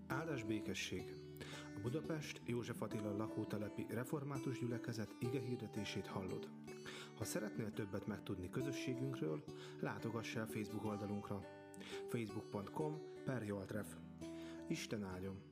Áldás békesség! A Budapest József Attila lakótelepi református gyülekezet igehirdetését hallod. Ha szeretnél többet megtudni közösségünkről, látogass el Facebook oldalunkra. facebook.com/Joltref. Isten áldjon!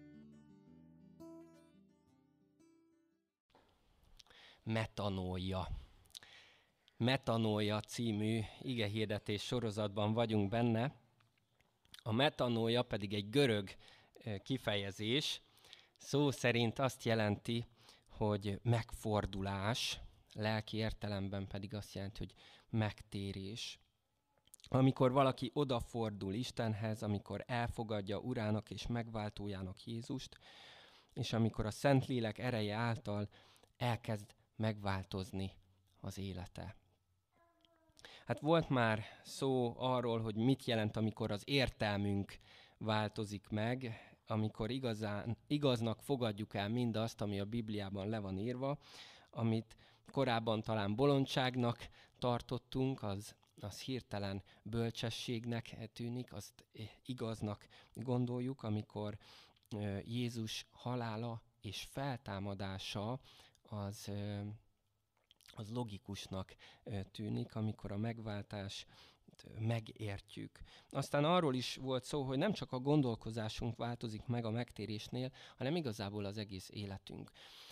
Metanóia című igehirdetés sorozatban vagyunk benne. A metanóia pedig egy görög kifejezés. Szó szerint azt jelenti, hogy megfordulás, lelki értelemben pedig azt jelenti, hogy megtérés. Amikor valaki odafordul Istenhez, amikor elfogadja urának és megváltójának Jézust, és amikor a Szentlélek ereje által elkezd megváltozni az élete. Hát volt már szó arról, hogy mit jelent, amikor az értelmünk változik meg, amikor igaznak fogadjuk el mindazt, ami a Bibliában le van írva, amit korábban talán bolondságnak tartottunk, az hirtelen bölcsességnek tűnik, azt igaznak gondoljuk, amikor Jézus halála és feltámadása az logikusnak tűnik, amikor a megváltást megértjük. Aztán arról is volt szó, hogy nem csak a gondolkozásunk változik meg a megtérésnél, hanem igazából az egész életünk.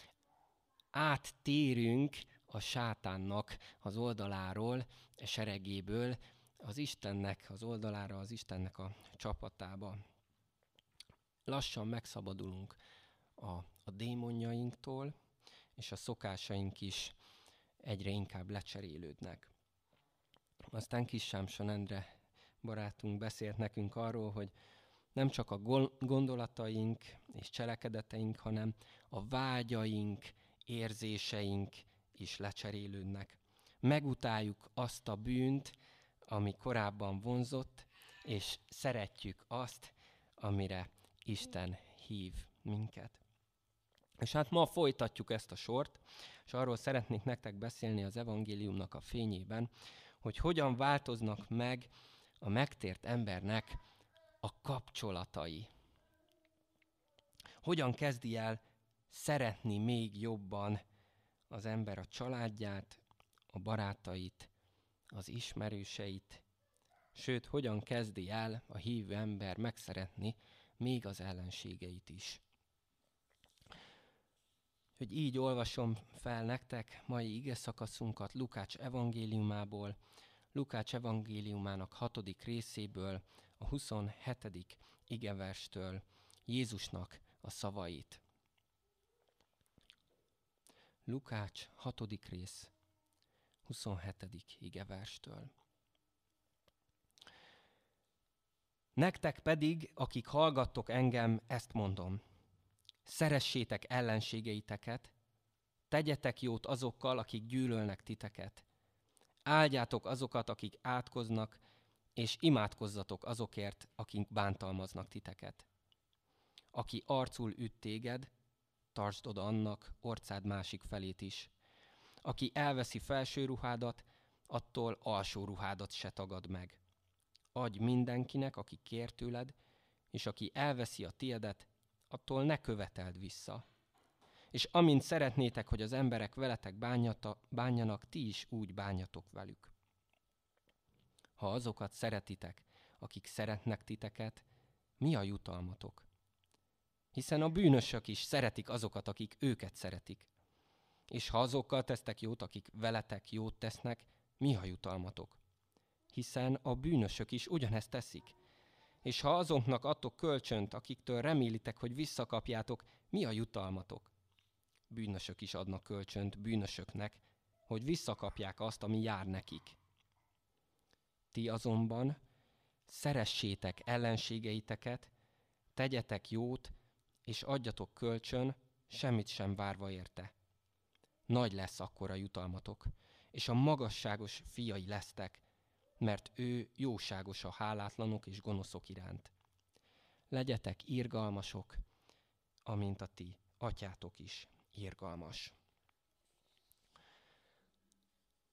Áttérünk a sátánnak az oldaláról, a seregéből, az Istennek az oldalára, az Istennek a csapatába. Lassan megszabadulunk a démonjainktól, és a szokásaink is egyre inkább lecserélődnek. Aztán Kis Sámson Endre barátunk beszélt nekünk arról, hogy nem csak a gondolataink és cselekedeteink, hanem a vágyaink, érzéseink is lecserélődnek. Megutáljuk azt a bűnt, ami korábban vonzott, és szeretjük azt, amire Isten hív minket. És hát ma folytatjuk ezt a sort, és arról szeretnék nektek beszélni az evangéliumnak a fényében, hogy hogyan változnak meg a megtért embernek a kapcsolatai. Hogyan kezdi el szeretni még jobban az ember a családját, a barátait, az ismerőseit, sőt, hogyan kezdi el a hívő ember megszeretni még az ellenségeit is. Hogy így olvasom fel nektek mai igeszakaszunkat Lukács evangéliumából, Lukács evangéliumának 6. részéből, a 27. igeverstől Jézusnak a szavait. Lukács 6. rész, 27. igeverstől. Nektek pedig, akik hallgattok engem, ezt mondom. Szeressétek ellenségeiteket, tegyetek jót azokkal, akik gyűlölnek titeket. Áldjátok azokat, akik átkoznak, és imádkozzatok azokért, akik bántalmaznak titeket. Aki arcul üt téged, tartsd oda annak orcád másik felét is. Aki elveszi felső ruhádat, attól alsó ruhádat se tagad meg. Adj mindenkinek, aki kér tőled, és aki elveszi a tiedet, attól ne követeld vissza. És amint szeretnétek, hogy az emberek veletek bánjanak, ti is úgy bánjatok velük. Ha azokat szeretitek, akik szeretnek titeket, mi a jutalmatok? Hiszen a bűnösök is szeretik azokat, akik őket szeretik. És ha azokkal tesztek jót, akik veletek jót tesznek, mi a jutalmatok? Hiszen a bűnösök is ugyanezt teszik. És ha azoknak adtok kölcsönt, akiktől remélitek, hogy visszakapjátok, mi a jutalmatok? Bűnösök is adnak kölcsönt bűnösöknek, hogy visszakapják azt, ami jár nekik. Ti azonban szeressétek ellenségeiteket, tegyetek jót, és adjatok kölcsön, semmit sem várva érte. Nagy lesz akkor a jutalmatok, és a magasságos fiai lesztek, mert ő jóságos a hálátlanok és gonoszok iránt. Legyetek irgalmasok, amint a ti atyátok is irgalmas.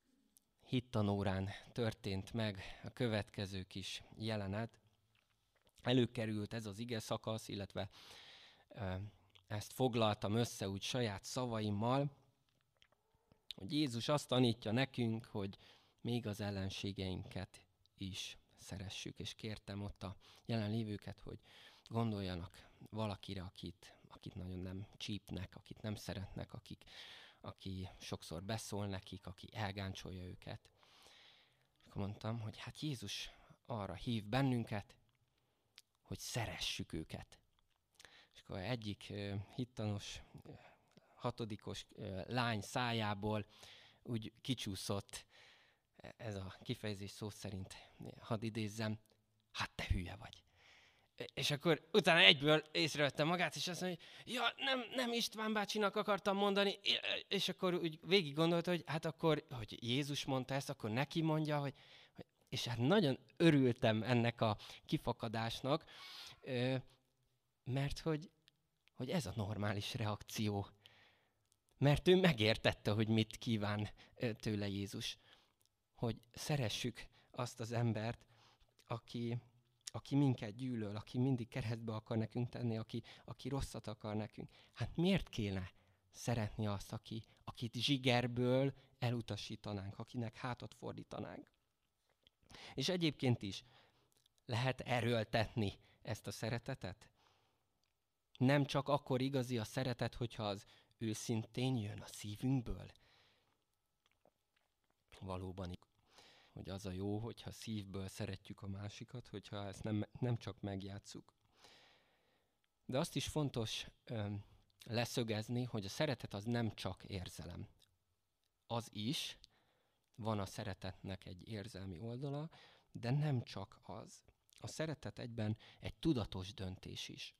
Hittanórán történt meg a következő kis jelenet. előkerült ez az ige szakasz, illetve ezt foglaltam össze úgy saját szavaimmal, hogy Jézus azt tanítja nekünk, hogy még az ellenségeinket is szeressük, és kértem ott a jelenlévőket, hogy gondoljanak valakire, akit nagyon nem csípnek, akit nem szeretnek, aki sokszor beszól nekik, aki elgáncsolja őket. Akkor mondtam, hogy hát Jézus arra hív bennünket, hogy szeressük őket. És akkor egyik hittanos, hatodikos lány szájából úgy kicsúszott ez a kifejezés szó szerint, hadd idézzem, hát te hülye vagy. És akkor utána egyből észrevettem magát, és azt mondja, hogy ja, nem István bácsinak akartam mondani, és akkor úgy végig gondolta, hogy hát akkor, hogy Jézus mondta ezt, akkor neki mondja, és hát nagyon örültem ennek a kifakadásnak, mert hogy ez a normális reakció. Mert ő megértette, hogy mit kíván tőle Jézus. Hogy szeressük azt az embert, aki minket gyűlöl, aki mindig keresztbe akar nekünk tenni, aki rosszat akar nekünk. Hát miért kéne szeretni azt, akit zsigerből elutasítanánk, akinek hátat fordítanánk? És egyébként is lehet erőltetni ezt a szeretetet? Nem csak akkor igazi a szeretet, hogyha az őszintén jön a szívünkből? Valóban, hogy az a jó, hogyha szívből szeretjük a másikat, hogyha ezt nem csak megjátsszuk. De azt is fontos leszögezni, hogy a szeretet az nem csak érzelem. Az is, van a szeretetnek egy érzelmi oldala, de nem csak az. A szeretet egyben egy tudatos döntés is.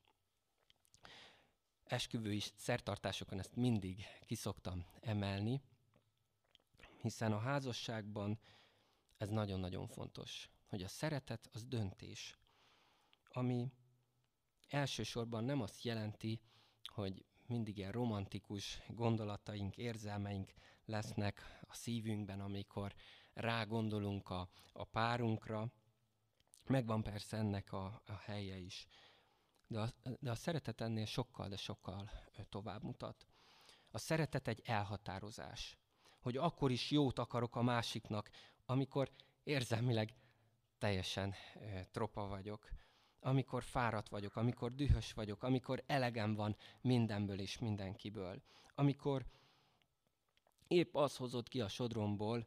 Esküvői szertartásokon ezt mindig kiszoktam emelni, hiszen a házasságban ez nagyon-nagyon fontos, hogy a szeretet az döntés, ami elsősorban nem azt jelenti, hogy mindig ilyen romantikus gondolataink, érzelmeink lesznek a szívünkben, amikor rágondolunk a párunkra. Megvan persze ennek a helye is. De a szeretet ennél sokkal, de sokkal tovább mutat. A szeretet egy elhatározás, hogy akkor is jót akarok a másiknak, amikor érzelmileg teljesen tropa vagyok, amikor fáradt vagyok, amikor dühös vagyok, amikor elegem van mindenből és mindenkiből, amikor épp az hozott ki a sodromból,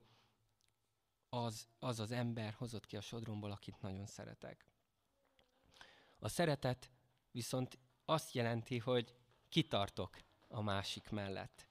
az ember hozott ki a sodromból, akit nagyon szeretek. A szeretet viszont azt jelenti, hogy kitartok a másik mellett.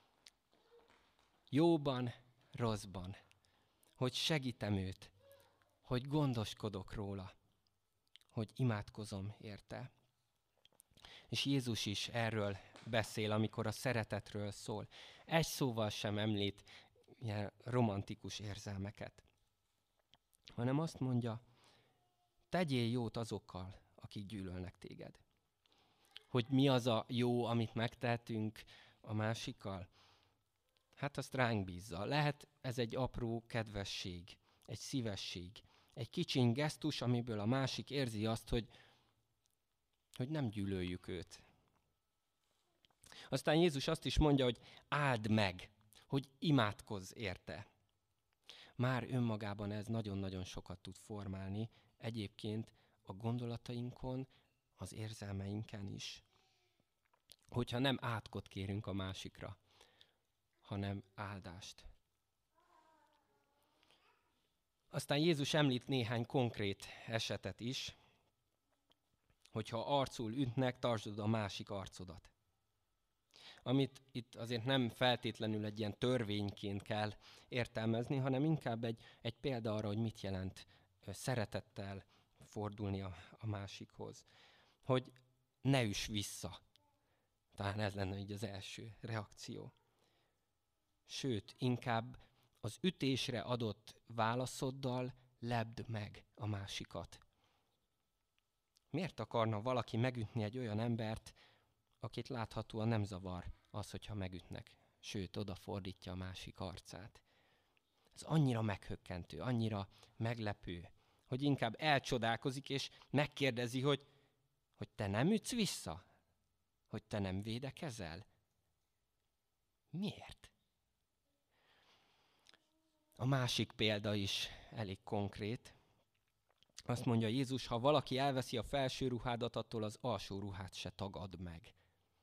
Jóban, rosszban. Hogy segítem őt, hogy gondoskodok róla, hogy imádkozom érte. És Jézus is erről beszél, amikor a szeretetről szól. Egy szóval sem említ ilyen romantikus érzelmeket, hanem azt mondja, tegyél jót azokkal, akik gyűlölnek téged. Hogy mi az a jó, amit megtehetünk a másikkal? Hát azt ránk bízza. Lehet ez egy apró kedvesség, egy szívesség, egy kicsiny gesztus, amiből a másik érzi azt, hogy nem gyűlöljük őt. Aztán Jézus azt is mondja, hogy áld meg, hogy imádkozz érte. Már önmagában ez nagyon-nagyon sokat tud formálni, egyébként a gondolatainkon, az érzelmeinken is. Hogyha nem átkot kérünk a másikra, hanem áldást. Aztán Jézus említ néhány konkrét esetet is, hogyha arcul ütnek, tartsd a másik arcodat. Amit itt azért nem feltétlenül egy ilyen törvényként kell értelmezni, hanem inkább egy példa arra, hogy mit jelent szeretettel fordulni a másikhoz. Hogy ne üss vissza. Talán ez lenne így az első reakció. Sőt, inkább az ütésre adott válaszoddal lebd meg a másikat. Miért akarna valaki megütni egy olyan embert, akit láthatóan nem zavar az, hogyha megütnek? Sőt, odafordítja a másik arcát. Ez annyira meghökkentő, annyira meglepő, hogy inkább elcsodálkozik, és megkérdezi, hogy te nem ütsz vissza? Hogy te nem védekezel? Miért? A másik példa is elég konkrét. Azt mondja Jézus, ha valaki elveszi a felső ruhádat, attól az alsó ruhát se tagad meg.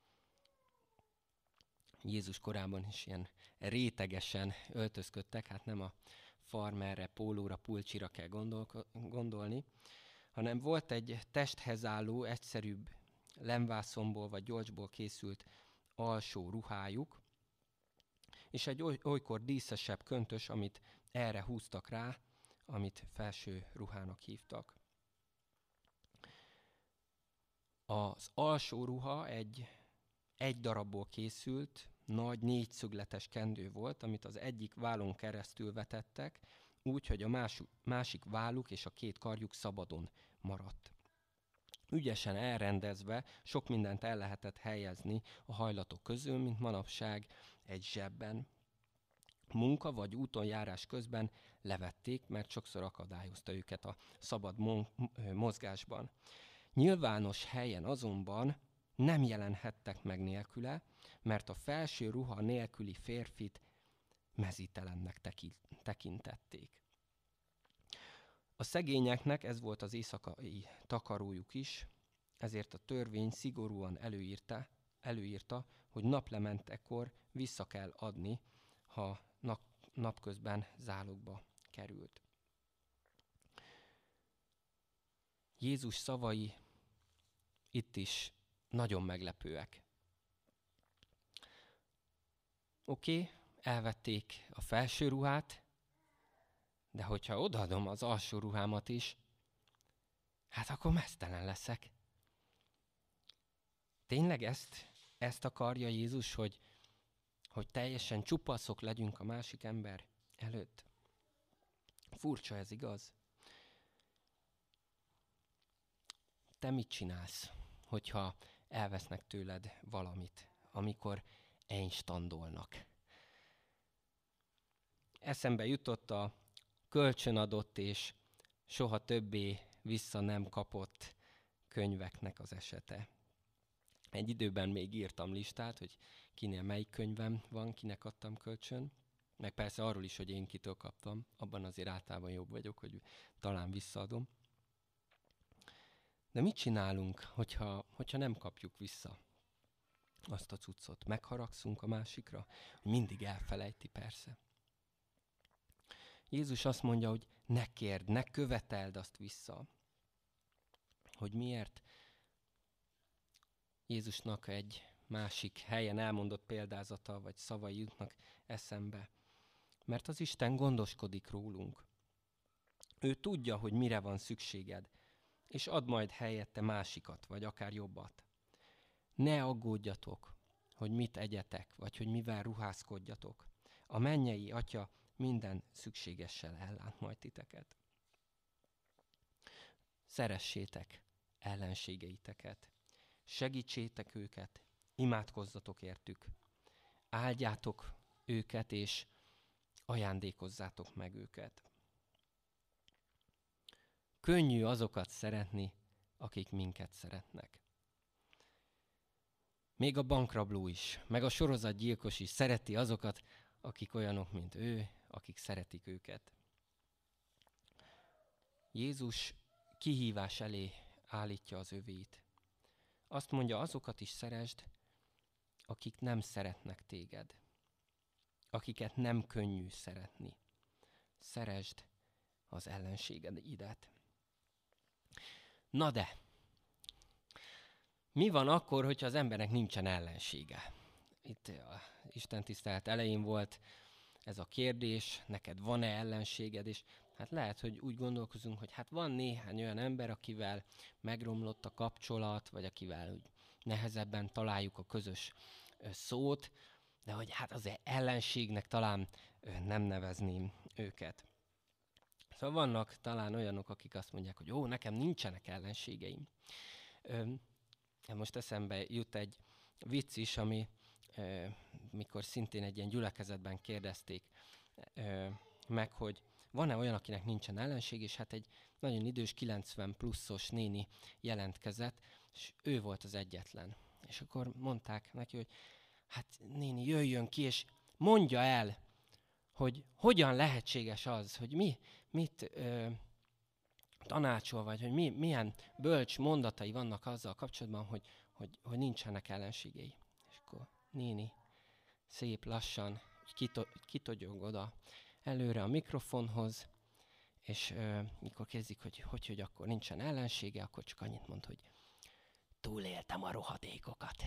Jézus korában is ilyen rétegesen öltözködtek, hát nem a farmerre, pólóra, pulcsira kell gondolni, hanem volt egy testhez álló, egyszerűbb lemvászonból vagy gyolcsból készült alsó ruhájuk, és egy olykor díszesebb köntös, amit erre húztak rá, amit felső ruhának hívtak. Az alsó ruha egy darabból készült, nagy négyszögletes kendő volt, amit az egyik vállon keresztül vetettek, úgy, hogy a másik válluk és a két karjuk szabadon maradt. Ügyesen elrendezve sok mindent el lehetett helyezni a hajlatok közül, mint manapság egy zsebben. Munka vagy úton járás közben levették, mert sokszor akadályozta őket a szabad mozgásban. Nyilvános helyen azonban nem jelenhettek meg nélküle, mert a felső ruha nélküli férfit mezítelennek tekintették. A szegényeknek ez volt az éjszakai takarójuk is, ezért a törvény szigorúan előírta, hogy naplementekor vissza kell adni, ha napközben zálogba került. Jézus szavai itt is nagyon meglepőek. Oké, elvették a felső ruhát, de hogyha odaadom az alsó ruhámat is, hát akkor meztelen leszek. Tényleg ezt akarja Jézus, hogy teljesen csupaszok legyünk a másik ember előtt? Furcsa ez, igaz? Te mit csinálsz, hogyha elvesznek tőled valamit, amikor einstandolnak? Eszembe jutott a kölcsönadott és soha többé vissza nem kapott könyveknek az esete. Egy időben még írtam listát, hogy kinél melyik könyvem van, kinek adtam kölcsön, meg persze arról is, hogy én kitől kaptam, abban azért általában jobb vagyok, hogy talán visszaadom. De mit csinálunk, hogyha nem kapjuk vissza azt a cuccot? Megharagszunk a másikra? Mindig elfelejti, persze. Jézus azt mondja, hogy ne kérd, ne követeld azt vissza. Hogy miért? Jézusnak egy másik helyen elmondott példázata, vagy szavai jutnak eszembe. Mert az Isten gondoskodik rólunk. Ő tudja, hogy mire van szükséged, és ad majd helyette másikat, vagy akár jobbat. Ne aggódjatok, hogy mit egyetek, vagy hogy mivel ruházkodjatok. A mennyei Atya minden szükségessel ellát majd titeket. Szeressétek ellenségeiteket, segítsétek őket, imádkozzatok értük, áldjátok őket, és ajándékozzátok meg őket. Könnyű azokat szeretni, akik minket szeretnek. Még a bankrabló is, meg a sorozatgyilkos is szereti azokat, akik olyanok, mint ő, akik szeretik őket. Jézus kihívás elé állítja az övéit. Azt mondja, azokat is szeresd, akik nem szeretnek téged, akiket nem könnyű szeretni. Szeresd az ellenségeidet. Na de, mi van akkor, hogyha az embernek nincsen ellensége? Itt a Isten tisztelet elején volt ez a kérdés, neked van-e ellenséged, és hát lehet, hogy úgy gondolkozunk, hogy hát van néhány olyan ember, akivel megromlott a kapcsolat, vagy akivel úgy nehezebben találjuk a közös szót, de hogy hát azért ellenségnek talán nem nevezném őket. Szóval vannak talán olyanok, akik azt mondják, hogy nekem nincsenek ellenségeim. Most eszembe jut egy vicc is, mikor szintén egy ilyen gyülekezetben kérdezték meg, hogy van-e olyan, akinek nincsen ellenség, és hát egy nagyon idős, 90 pluszos néni jelentkezett, és ő volt az egyetlen. És akkor mondták neki, hogy hát néni, jöjjön ki, és mondja el, hogy hogyan lehetséges az, hogy mit tanácsol, vagy hogy milyen bölcs mondatai vannak azzal kapcsolatban, hogy nincsenek ellenségei. És akkor néni szép lassan kitogyog oda előre a mikrofonhoz, és mikor kezdik, hogy akkor nincsen ellensége, akkor csak annyit mond, hogy túléltem a rohadékokat.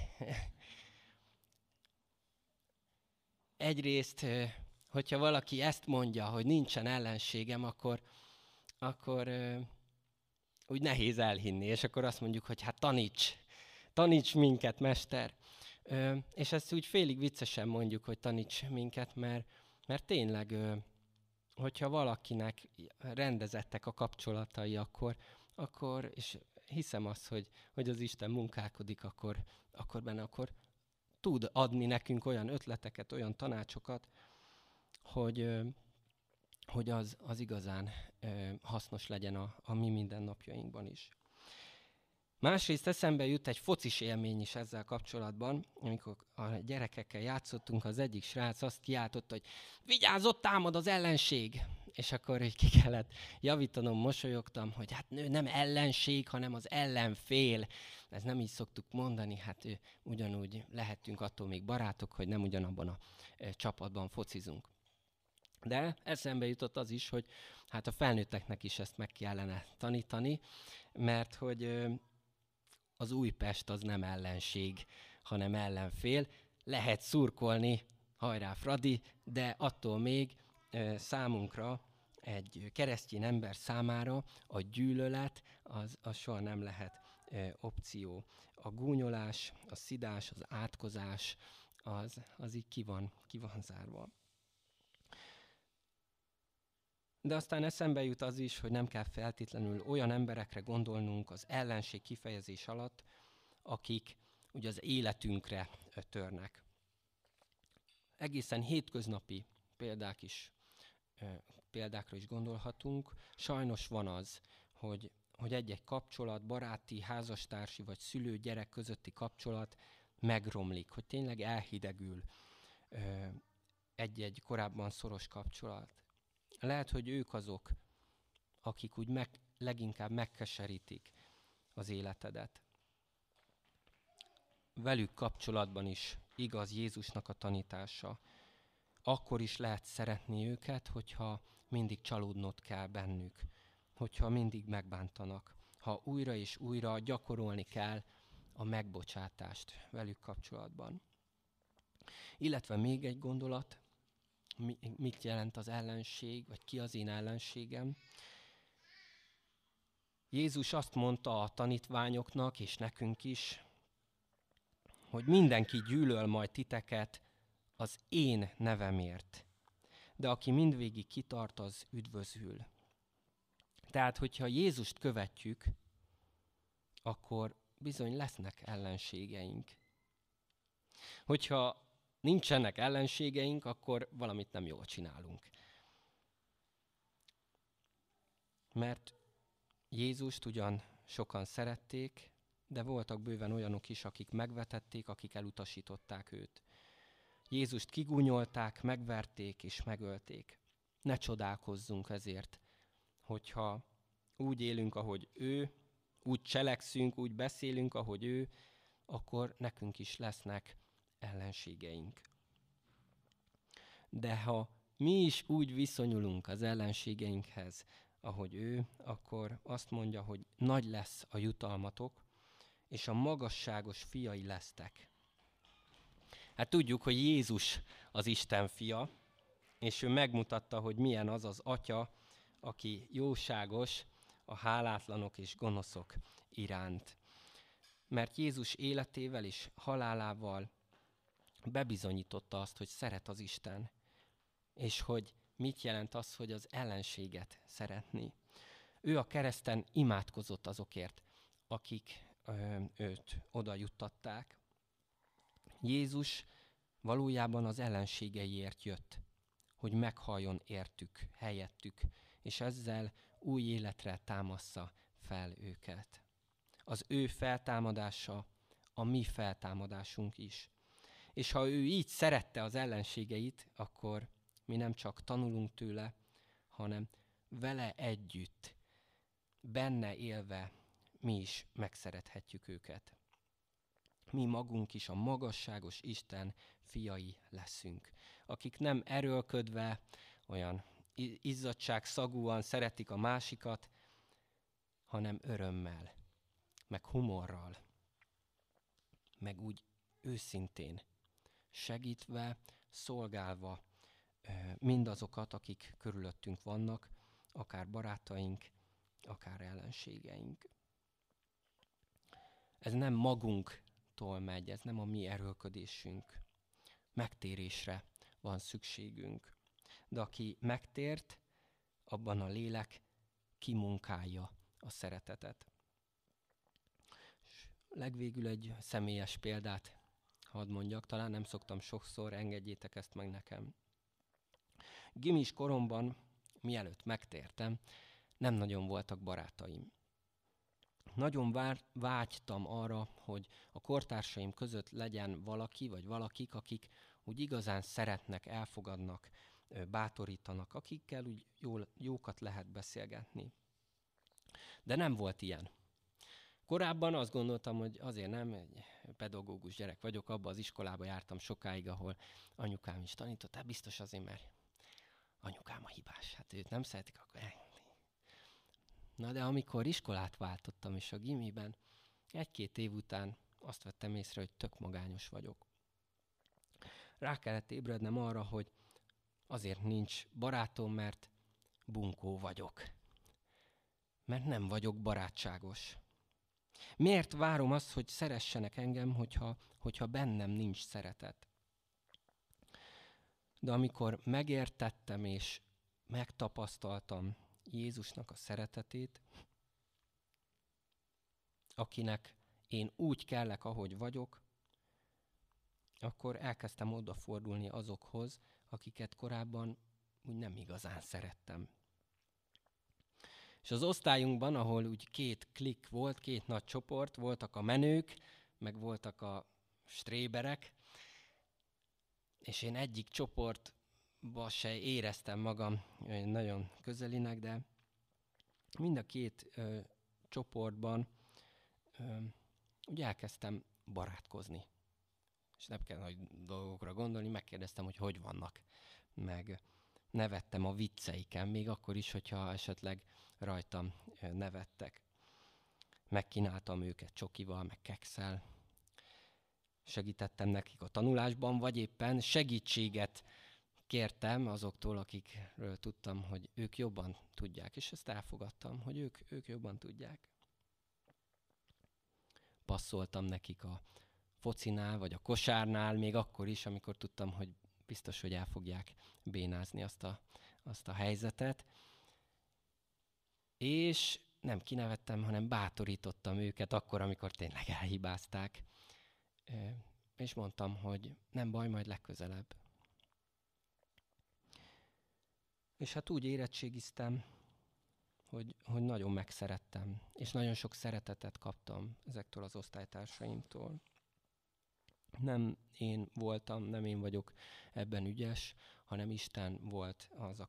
Egyrészt, hogyha valaki ezt mondja, hogy nincsen ellenségem, akkor úgy nehéz elhinni, és akkor azt mondjuk, hogy hát taníts minket, mester. És ezt úgy félig viccesen mondjuk, hogy taníts minket, mert tényleg, hogyha valakinek rendezettek a kapcsolatai, akkor és hiszem azt, hogy az Isten munkálkodik, akkor benne tud adni nekünk olyan ötleteket, olyan tanácsokat, hogy az igazán hasznos legyen a mi mindennapjainkban is. Másrészt eszembe jut egy focis élmény is ezzel kapcsolatban, amikor a gyerekekkel játszottunk, az egyik srác azt kiáltotta, hogy vigyázz, ott támad az ellenség! És akkor így ki kellett javítanom, mosolyogtam, hogy hát nem ellenség, hanem az ellenfél. Ez nem így szoktuk mondani, hát ugyanúgy lehetünk attól még barátok, hogy nem ugyanabban a csapatban focizunk. De eszembe jutott az is, hogy hát a felnőtteknek is ezt meg kellene tanítani, mert hogy az Újpest az nem ellenség, hanem ellenfél. Lehet szurkolni, hajrá Fradi, de attól még számunkra, egy keresztény ember számára a gyűlölet az soha nem lehet opció. A gúnyolás, a szidás, az átkozás, az így ki van zárva. De aztán eszembe jut az is, hogy nem kell feltétlenül olyan emberekre gondolnunk az ellenség kifejezés alatt, akik ugye az életünkre törnek. Egészen hétköznapi példákra is gondolhatunk. Sajnos van az, hogy egy-egy kapcsolat, baráti, házastársi vagy szülő-gyerek közötti kapcsolat megromlik, hogy tényleg elhidegül egy-egy korábban szoros kapcsolat. Lehet, hogy ők azok, akik úgy leginkább megkeserítik az életedet. Velük kapcsolatban is igaz Jézusnak a tanítása. Akkor is lehet szeretni őket, hogyha mindig csalódnod kell bennük, hogyha mindig megbántanak, ha újra és újra gyakorolni kell a megbocsátást velük kapcsolatban. Illetve még egy gondolat, mit jelent az ellenség, vagy ki az én ellenségem. Jézus azt mondta a tanítványoknak, és nekünk is, hogy mindenki gyűlöl majd titeket az én nevemért, de aki mindvégig kitart, az üdvözül. Tehát, hogyha Jézust követjük, akkor bizony lesznek ellenségeink. Hogyha nincsenek ellenségeink, akkor valamit nem jól csinálunk. Mert Jézust ugyan sokan szerették, de voltak bőven olyanok is, akik megvetették, akik elutasították őt. Jézust kigúnyolták, megverték és megölték. Ne csodálkozzunk ezért, hogyha úgy élünk, ahogy ő, úgy cselekszünk, úgy beszélünk, ahogy ő, akkor nekünk is lesznek ellenségeink. De ha mi is úgy viszonyulunk az ellenségeinkhez, ahogy ő, akkor azt mondja, hogy nagy lesz a jutalmatok, és a magasságos fiai lesztek. Hát tudjuk, hogy Jézus az Isten fia, és ő megmutatta, hogy milyen az az atya, aki jóságos a hálátlanok és gonoszok iránt. Mert Jézus életével és halálával bebizonyította azt, hogy szeret az Isten, és hogy mit jelent az, hogy az ellenséget szeretni. Ő a kereszten imádkozott azokért, akik őt oda juttatták. Jézus valójában az ellenségeiért jött, hogy meghalljon értük, helyettük, és ezzel új életre támassza fel őket. Az ő feltámadása a mi feltámadásunk is. És ha ő így szerette az ellenségeit, akkor mi nem csak tanulunk tőle, hanem vele együtt, benne élve mi is megszerethetjük őket. Mi magunk is a magasságos Isten fiai leszünk, akik nem erőlködve, olyan izzadságszagúan szeretik a másikat, hanem örömmel, meg humorral, meg úgy őszintén, segítve, szolgálva mindazokat, akik körülöttünk vannak, akár barátaink, akár ellenségeink. Ez nem magunktól megy, ez nem a mi erőlködésünk. Megtérésre van szükségünk. De aki megtért, abban a lélek kimunkálja a szeretetet. És legvégül egy személyes példát hadd mondjak, talán nem szoktam sokszor, engedjétek ezt meg nekem. Gimis koromban, mielőtt megtértem, nem nagyon voltak barátaim. Nagyon vágytam arra, hogy a kortársaim között legyen valaki, vagy valakik, akik úgy igazán szeretnek, elfogadnak, bátorítanak, akikkel úgy jókat lehet beszélgetni. De nem volt ilyen. Korábban azt gondoltam, hogy azért nem, egy pedagógus gyerek vagyok, abba az iskolába jártam sokáig, ahol anyukám is tanított, hát biztos azért, mert anyukám a hibás, hát őt nem szeretik, akkor Na de amikor iskolát váltottam, és a gimiben 1-2 év után azt vettem észre, hogy tök magányos vagyok. Rá kellett ébrednem arra, hogy azért nincs barátom, mert bunkó vagyok. Mert nem vagyok barátságos. Miért várom azt, hogy szeressenek engem, hogyha bennem nincs szeretet? De amikor megértettem és megtapasztaltam Jézusnak a szeretetét, akinek én úgy kellek, ahogy vagyok, akkor elkezdtem odafordulni azokhoz, akiket korábban úgy nem igazán szerettem. És az osztályunkban, ahol úgy 2 klik volt, 2 nagy csoport, voltak a menők, meg voltak a stréberek, és én egyik csoportba se éreztem magam nagyon közelinek, de mind a 2 csoportban úgy elkezdtem barátkozni. És nem kell nagy dolgokra gondolni, megkérdeztem, hogy vannak. Meg nevettem a vicceiken, még akkor is, hogyha esetleg rajtam nevettek. Megkínáltam őket csokival, meg kekszel. Segítettem nekik a tanulásban, vagy éppen segítséget kértem azoktól, akikről tudtam, hogy ők jobban tudják, és ezt elfogadtam, hogy ők jobban tudják. Passzoltam nekik a focinál, vagy a kosárnál, még akkor is, amikor tudtam, hogy biztos, hogy el fogják bénázni azt a helyzetet. És nem kinevettem, hanem bátorítottam őket akkor, amikor tényleg elhibázták. És mondtam, hogy nem baj, majd legközelebb. És hát úgy érettségiztem, hogy nagyon megszerettem, és nagyon sok szeretetet kaptam ezektől az osztálytársaimtól. Nem én voltam, nem én vagyok ebben ügyes, hanem Isten volt az,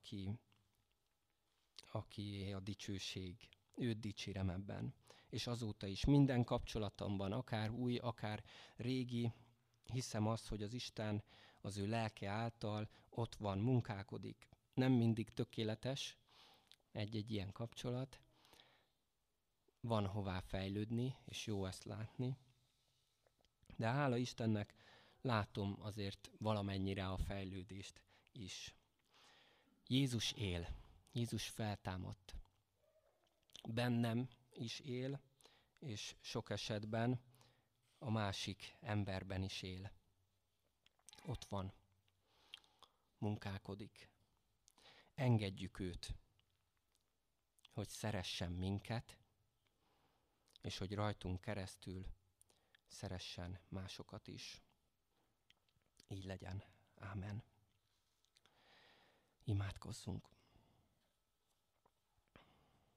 aki a dicsőség. Őt dicsérem ebben. És azóta is minden kapcsolatomban, akár új, akár régi, hiszem azt, hogy az Isten az ő lelke által ott van, munkálkodik. Nem mindig tökéletes egy-egy ilyen kapcsolat. Van hová fejlődni, és jó ezt látni. De hála Istennek látom azért valamennyire a fejlődést is. Jézus él, Jézus feltámadt. Bennem is él, és sok esetben a másik emberben is él. Ott van, munkálkodik. Engedjük őt, hogy szeressen minket, és hogy rajtunk keresztül szeressen másokat is. Így legyen. Ámen. Imádkozzunk.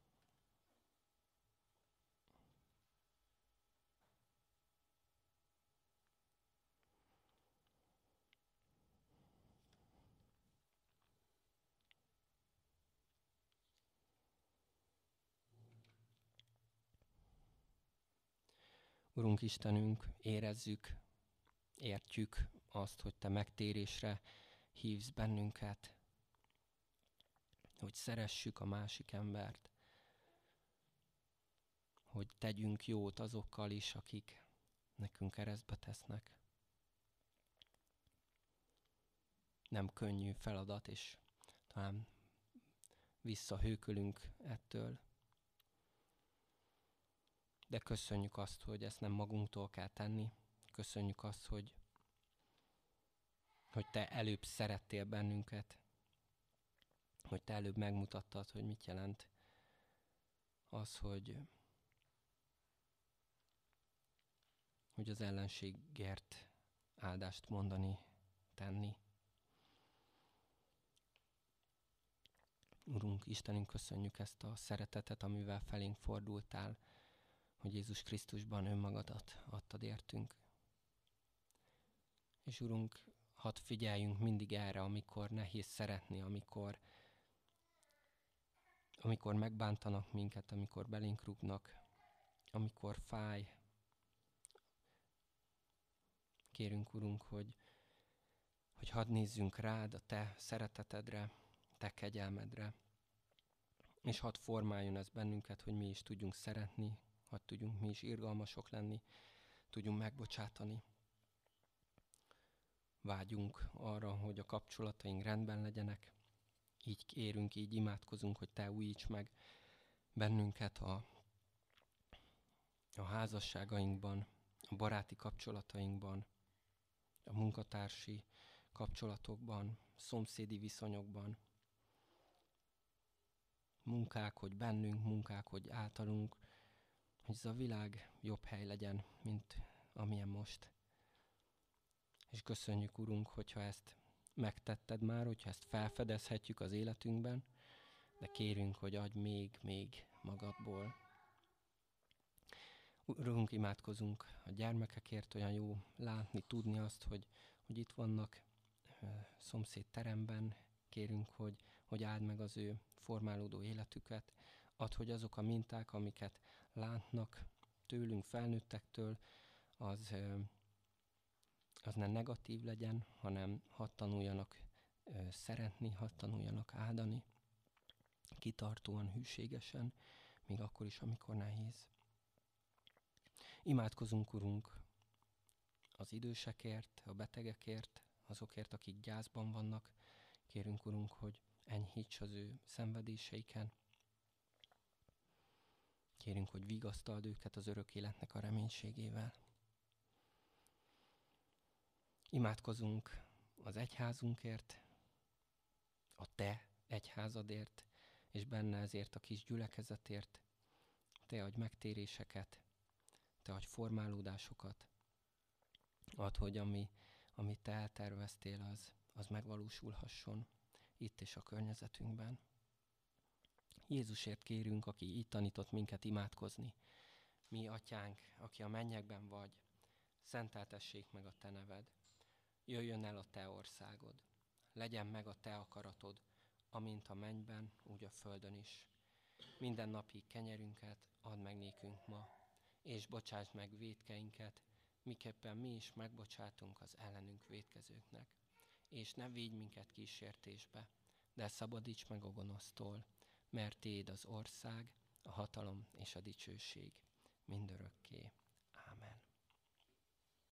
Urunk Istenünk, érezzük, értjük azt, hogy Te megtérésre hívsz bennünket, hogy szeressük a másik embert, hogy tegyünk jót azokkal is, akik nekünk keresztbe tesznek. Nem könnyű feladat, és talán visszahőkölünk ettől. De köszönjük azt, hogy ezt nem magunktól kell tenni. Köszönjük azt, hogy Te előbb szerettél bennünket, hogy Te előbb megmutattad, hogy mit jelent az, hogy az ellenségért áldást mondani, tenni. Urunk, Istenünk, köszönjük ezt a szeretetet, amivel felénk fordultál, hogy Jézus Krisztusban önmagadat adtad értünk. És Urunk, hadd figyeljünk mindig erre, amikor nehéz szeretni, amikor megbántanak minket, amikor belénk rúgnak, amikor fáj. Kérünk, Urunk, hogy hadd nézzünk rád, a Te szeretetedre, Te kegyelmedre, és hadd formáljon ez bennünket, hogy mi is tudjunk szeretni, hadd tudjunk mi is irgalmasok lenni, tudjunk megbocsátani. Vágyunk arra, hogy a kapcsolataink rendben legyenek. Így kérünk, így imádkozunk, hogy Te újíts meg bennünket a házasságainkban, a baráti kapcsolatainkban, a munkatársi kapcsolatokban, szomszédi viszonyokban. Munkálkodj bennünk, munkálkodj általunk, hogy ez a világ jobb hely legyen, mint amilyen most. És köszönjük, Urunk, hogyha ezt megtetted már, hogyha ezt felfedezhetjük az életünkben, de kérünk, hogy adj még magadból. Urunk, imádkozunk a gyermekekért, olyan jó látni, tudni azt, hogy itt vannak szomszéd teremben. Kérünk, hogy áld meg az ő formálódó életüket. Add, hogy azok a minták, amiket látnak tőlünk, felnőttektől, az ne negatív legyen, hanem hadd tanuljanak szeretni, hadd tanuljanak áldani, kitartóan, hűségesen, még akkor is, amikor nehéz. Imádkozunk, Urunk, az idősekért, a betegekért, azokért, akik gyászban vannak. Kérünk, Urunk, hogy enyhíts az ő szenvedéseiken. Kérünk, hogy vigasztald őket az örök életnek a reménységével. Imádkozunk az egyházunkért, a Te egyházadért, és benne ezért a kis gyülekezetért. Te adj megtéréseket, Te adj formálódásokat. Add, hogy amit Te elterveztél, az megvalósulhasson itt és a környezetünkben. Jézusért kérünk, aki így tanított minket imádkozni. Mi, Atyánk, aki a mennyekben vagy, szenteltessék meg a Te neved. Jöjjön el a Te országod. Legyen meg a Te akaratod, amint a mennyben, úgy a földön is. Minden napi kenyerünket add meg nékünk ma, és bocsásd meg vétkeinket, miképpen mi is megbocsátunk az ellenünk vétkezőknek. És ne védj minket kísértésbe, de szabadíts meg a gonosztól, mert Tiéd az ország, a hatalom és a dicsőség mindörökké. Ámen.